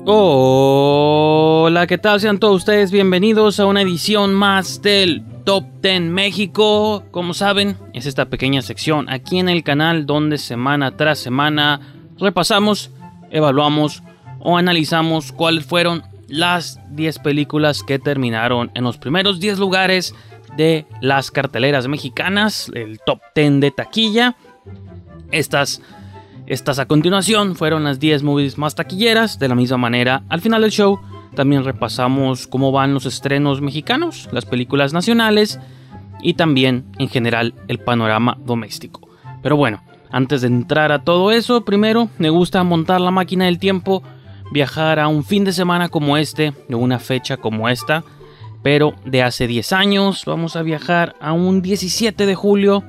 Hola, ¿qué tal? Sean todos ustedes bienvenidos a una edición más del Top 10 México. Como saben, es esta pequeña sección aquí en el canal donde semana tras semana repasamos, evaluamos o analizamos cuáles fueron las 10 películas que terminaron en los primeros 10 lugares de las carteleras mexicanas, el Top 10 de taquilla. Estas a continuación fueron las 10 movies más taquilleras. De la misma manera, al final del show también repasamos cómo van los estrenos mexicanos, las películas nacionales y también en general el panorama doméstico. Pero bueno, antes de entrar a todo eso, primero me gusta montar la máquina del tiempo, viajar a un fin de semana como este, de una fecha como esta, pero de hace 10 años. Vamos a viajar a un 17 de junio,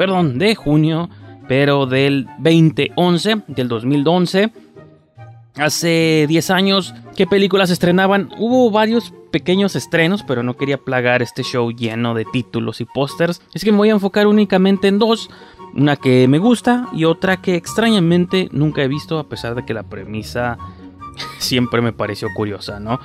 pero del 2011, del 2011. Hace 10 años, ¿qué películas se estrenaban? Hubo varios pequeños estrenos, pero no quería plagar este show lleno de títulos y pósters. Es que me voy a enfocar únicamente en dos. Una que me gusta y otra que extrañamente nunca he visto, a pesar de que la premisa siempre me pareció curiosa, ¿no?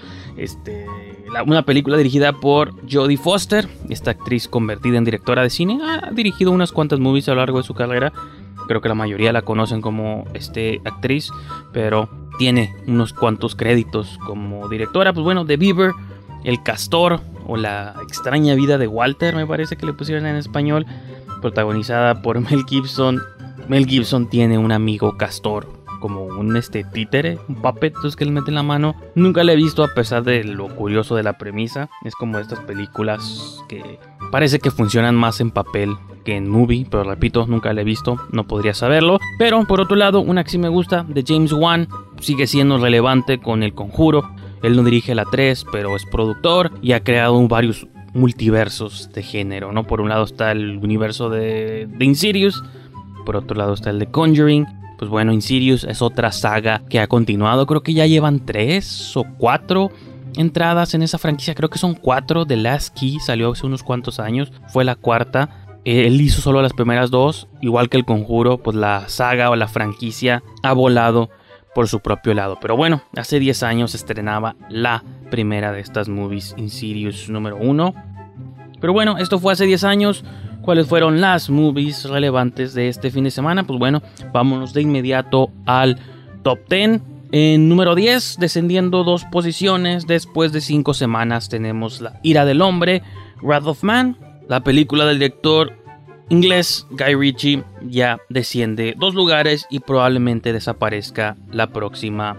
Una película dirigida por Jodie Foster, esta actriz convertida en directora de cine. Ha dirigido unas cuantas movies a lo largo de su carrera. Creo que la mayoría la conocen como actriz, pero tiene unos cuantos créditos como directora. Pues bueno, The Beaver, El Castor o La extraña vida de Walter, me parece que le pusieron en español, protagonizada por Mel Gibson. Mel Gibson tiene un amigo castor, como un títere, un puppet, entonces que le meten la mano. Nunca la he visto, a pesar de lo curioso de la premisa. Es como estas películas que parece que funcionan más en papel que en movie, pero repito, nunca la he visto, no podría saberlo. Pero por otro lado, una que sí me gusta, de James Wan, sigue siendo relevante con El Conjuro. Él no dirige la 3, pero es productor y ha creado varios multiversos de género, ¿no? Por un lado está el universo de Insidious, por otro lado está el de Conjuring. Pues bueno, Insidious es otra saga que ha continuado. Creo que ya llevan 3 o 4 entradas en esa franquicia. Creo que son 4. The Last Key salió hace unos cuantos años. Fue la 4ª. Él hizo solo las primeras 2. Igual que El Conjuro, pues la saga o la franquicia ha volado por su propio lado. Pero bueno, hace 10 años se estrenaba la primera de estas movies, Insidious número 1. Pero bueno, esto fue hace 10 años. ¿Cuáles fueron las movies relevantes de este fin de semana? Pues bueno, vámonos de inmediato al Top 10. En número 10, descendiendo 2 posiciones, después de 5 semanas, tenemos La Ira del Hombre, Wrath of Man. La película del director inglés Guy Ritchie ya desciende 2 lugares y probablemente desaparezca la próxima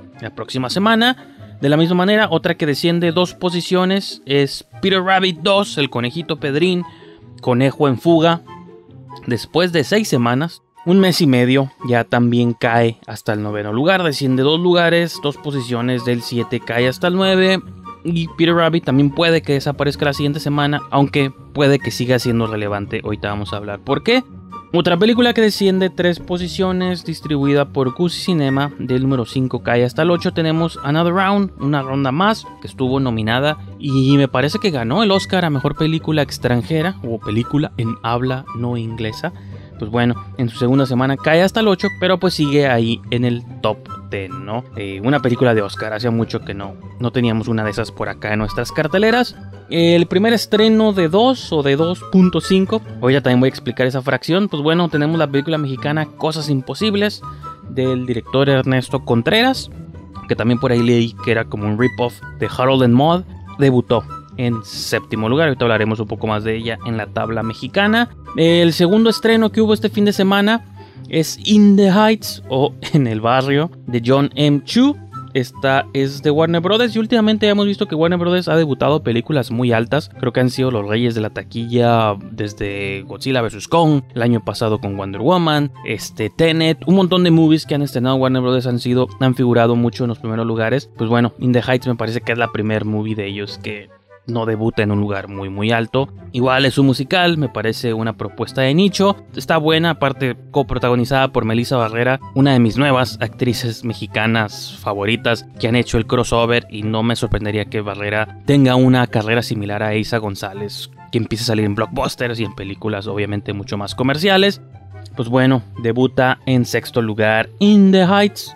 semana. De la misma manera, otra que desciende 2 posiciones es Peter Rabbit 2, El Conejito Pedrín, Conejo en Fuga. Después de 6 semanas, un mes y medio, ya también cae hasta el 9º lugar. Desciende 2 lugares, 2 posiciones, del 7 cae hasta el 9. Y Peter Rabbit también puede que desaparezca la siguiente semana, aunque puede que siga siendo relevante. Ahorita vamos a hablar por qué. Otra película que desciende 3 posiciones, distribuida por Cusi Cinema, del número 5 cae hasta el 8. Tenemos Another Round, una ronda más, que estuvo nominada y me parece que ganó el Oscar a Mejor Película Extranjera o Película en Habla No Inglesa. Pues bueno, en su segunda semana cae hasta el 8, pero pues sigue ahí en el top 10, ¿no? Una película de Oscar, hacía mucho que no teníamos una de esas por acá en nuestras carteleras. El primer estreno de 2 o de 2.5, hoy ya también voy a explicar esa fracción. Pues bueno, tenemos la película mexicana Cosas Imposibles, del director Ernesto Contreras, que también por ahí leí que era como un rip-off de Harold and Maude. Debutó en 7º lugar, ahorita hablaremos un poco más de ella en la tabla mexicana. El segundo estreno que hubo este fin de semana es In the Heights, o En el Barrio, de John M. Chu. Esta es de Warner Brothers y últimamente hemos visto que Warner Brothers ha debutado películas muy altas. Creo que han sido los reyes de la taquilla desde Godzilla vs. Kong, el año pasado con Wonder Woman, Tenet, un montón de movies que han estrenado Warner Brothers han figurado mucho en los primeros lugares. Pues bueno, In the Heights me parece que es la primer movie de ellos que no debuta en un lugar muy muy alto. Igual es un musical, me parece una propuesta de nicho, está buena, aparte coprotagonizada por Melissa Barrera, una de mis nuevas actrices mexicanas favoritas que han hecho el crossover, y no me sorprendería que Barrera tenga una carrera similar a Eiza González, que empiece a salir en blockbusters y en películas obviamente mucho más comerciales. Pues bueno, debuta en 6º lugar In the Heights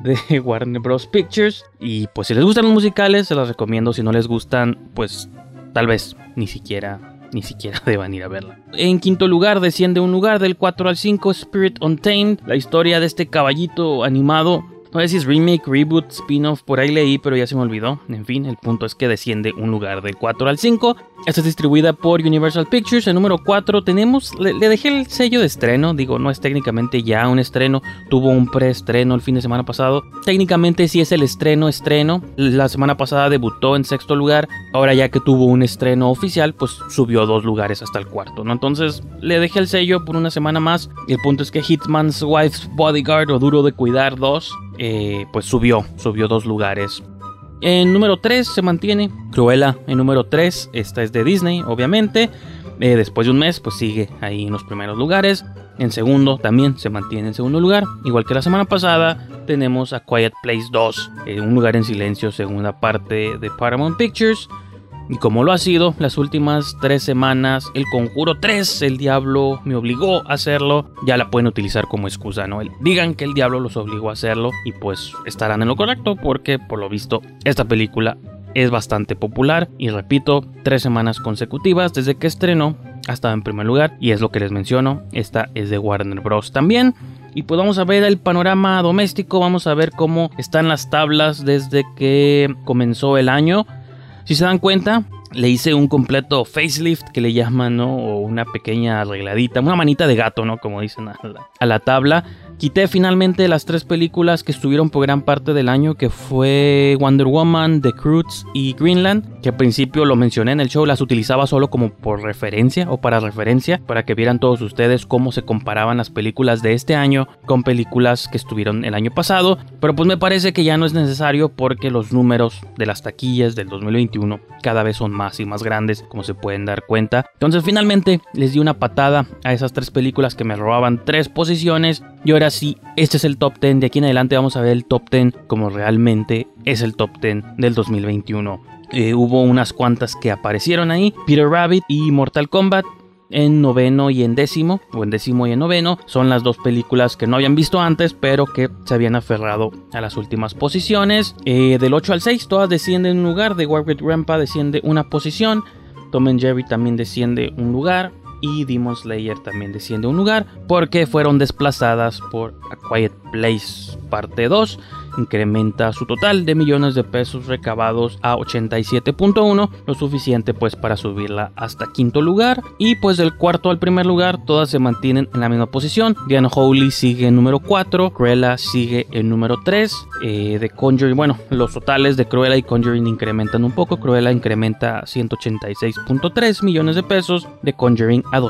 de Warner Bros. Pictures. Y pues si les gustan los musicales, se los recomiendo. Si no les gustan, pues tal vez ni siquiera deban ir a verla. En quinto lugar, desciende un lugar del 4 al 5, Spirit Untamed, la historia de este caballito animado. No sé si es remake, reboot, spin-off, por ahí leí, pero ya se me olvidó. En fin, el punto es que desciende un lugar del 4 al 5. Esta es distribuida por Universal Pictures. En número 4 tenemos, le dejé el sello de estreno. Digo, no es técnicamente ya un estreno. Tuvo un preestreno el fin de semana pasado. Técnicamente sí es el estreno. La semana pasada debutó en sexto lugar. Ahora ya que tuvo un estreno oficial, pues subió 2 lugares hasta el cuarto, ¿no? Entonces le dejé el sello por una semana más. El punto es que Hitman's Wife's Bodyguard o Duro de Cuidar 2... pues subió 2 lugares. En número 3 se mantiene Cruella en número 3. Esta es de Disney, obviamente. Después de un mes, pues sigue ahí en los primeros lugares. En segundo también se mantiene en segundo lugar. Igual que la semana pasada, tenemos A Quiet Place 2, Un Lugar en Silencio, segunda parte de Paramount Pictures. Y como lo ha sido las últimas 3 semanas, El Conjuro 3, el diablo me obligó a hacerlo, ya la pueden utilizar como excusa, ¿no? Digan que el diablo los obligó a hacerlo y pues estarán en lo correcto, porque por lo visto esta película es bastante popular. Y repito, 3 semanas consecutivas desde que estrenó ha estado en primer lugar, y es lo que les menciono, esta es de Warner Bros. También. Y pues vamos a ver el panorama doméstico, vamos a ver cómo están las tablas desde que comenzó el año. Si se dan cuenta, le hice un completo facelift que le llaman, ¿no? O una pequeña arregladita, una manita de gato, ¿no? Como dicen a la tabla. Quité finalmente las 3 películas que estuvieron por gran parte del año, que fue Wonder Woman, The Croods y Greenland, que al principio lo mencioné en el show, las utilizaba solo como por referencia o para referencia, para que vieran todos ustedes cómo se comparaban las películas de este año con películas que estuvieron el año pasado. Pero pues me parece que ya no es necesario, porque los números de las taquillas del 2021 cada vez son más y más grandes, como se pueden dar cuenta. Entonces finalmente les di una patada a esas 3 películas que me robaban 3 posiciones. Y ahora sí, este es el top 10. De aquí en adelante vamos a ver el top 10 como realmente es el top 10 del 2021. Hubo unas cuantas que aparecieron ahí. Peter Rabbit y Mortal Kombat en noveno y en décimo, o en décimo y en noveno. Son las 2 películas que no habían visto antes, pero que se habían aferrado a las últimas posiciones. Del 8 al 6 todas descienden un lugar. The War with Grandpa desciende una posición. Tom and Jerry también desciende un lugar. Y Demon Slayer también desciende un lugar, porque fueron desplazadas por A Quiet Place parte 2. Incrementa su total de millones de pesos recabados a 87.1, lo suficiente pues para subirla hasta quinto lugar. Y pues del cuarto al primer lugar todas se mantienen en la misma posición. The Unholy sigue en número 4, Cruella sigue en número 3, The Conjuring, bueno, los totales de Cruella y Conjuring incrementan un poco. Cruella incrementa a 186.3 millones de pesos, The Conjuring a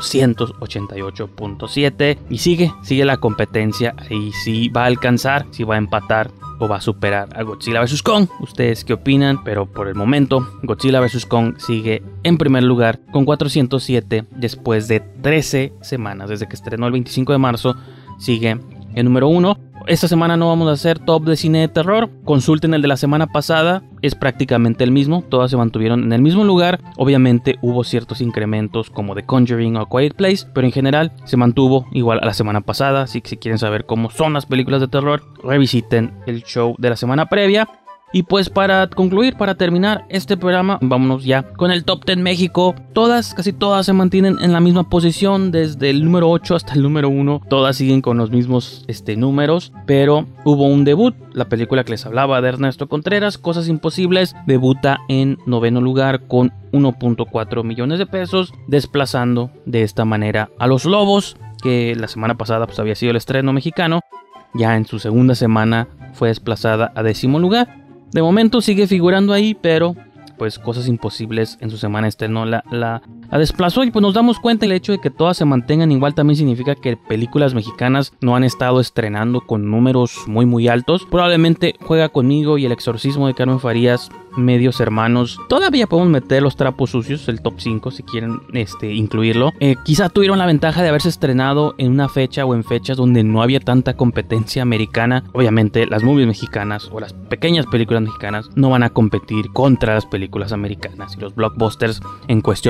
288.7, y sigue la competencia. Ahí sí va a alcanzar, si va a empatar o va a superar a Godzilla vs. Kong. ¿Ustedes qué opinan? Pero por el momento Godzilla vs. Kong sigue en primer lugar con 407 después de 13 semanas. Desde que estrenó el 25 de marzo sigue en número 1. Esta semana no vamos a hacer top de cine de terror. Consulten el de la semana pasada, es prácticamente el mismo. Todas se mantuvieron en el mismo lugar. Obviamente hubo ciertos incrementos como The Conjuring o A Quiet Place, pero en general se mantuvo igual a la semana pasada. Así que si quieren saber cómo son las películas de terror, revisiten el show de la semana previa. Y pues para concluir, para terminar este programa, vámonos ya con el Top 10 México. Casi todas se mantienen en la misma posición, desde el número 8 hasta el número 1. Todas siguen con los mismos números, pero hubo un debut. La película que les hablaba de Ernesto Contreras, Cosas Imposibles, debuta en noveno lugar con 1.4 millones de pesos, desplazando de esta manera a Los Lobos, que la semana pasada pues había sido el estreno mexicano. Ya en su segunda semana fue desplazada a décimo lugar. De momento sigue figurando ahí, pero pues Cosas Imposibles en su semana estreno la desplazó. Y pues nos damos cuenta, el hecho de que todas se mantengan igual también significa que películas mexicanas no han estado estrenando con números muy muy altos. Probablemente Juega Conmigo y El Exorcismo de Carmen Farías, medios hermanos, todavía podemos meter Los Trapos Sucios, el top 5 si quieren incluirlo. Quizá tuvieron la ventaja de haberse estrenado en una fecha o en fechas donde no había tanta competencia americana. Obviamente las movies mexicanas o las pequeñas películas mexicanas no van a competir contra las películas americanas y los blockbusters en cuestión de preferencia.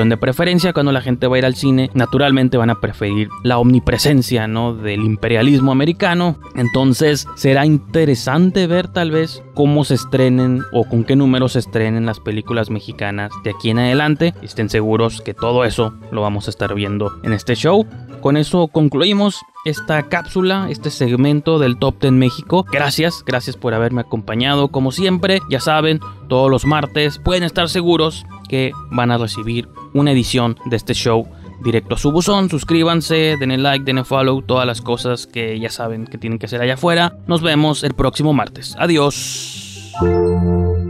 preferencia cuando la gente va a ir al cine, naturalmente van a preferir la omnipresencia, ¿no?, del imperialismo americano. Entonces será interesante ver tal vez cómo se estrenen o con qué números se estrenen las películas mexicanas de aquí en adelante. Estén seguros que todo eso lo vamos a estar viendo en este show. Con eso concluimos esta cápsula, este segmento del Top 10 México. Gracias por haberme acompañado. Como siempre, ya saben, todos los martes pueden estar seguros que van a recibir una edición de este show directo a su buzón. Suscríbanse, denle like, denle follow, todas las cosas que ya saben que tienen que hacer allá afuera. Nos vemos el próximo martes. Adiós.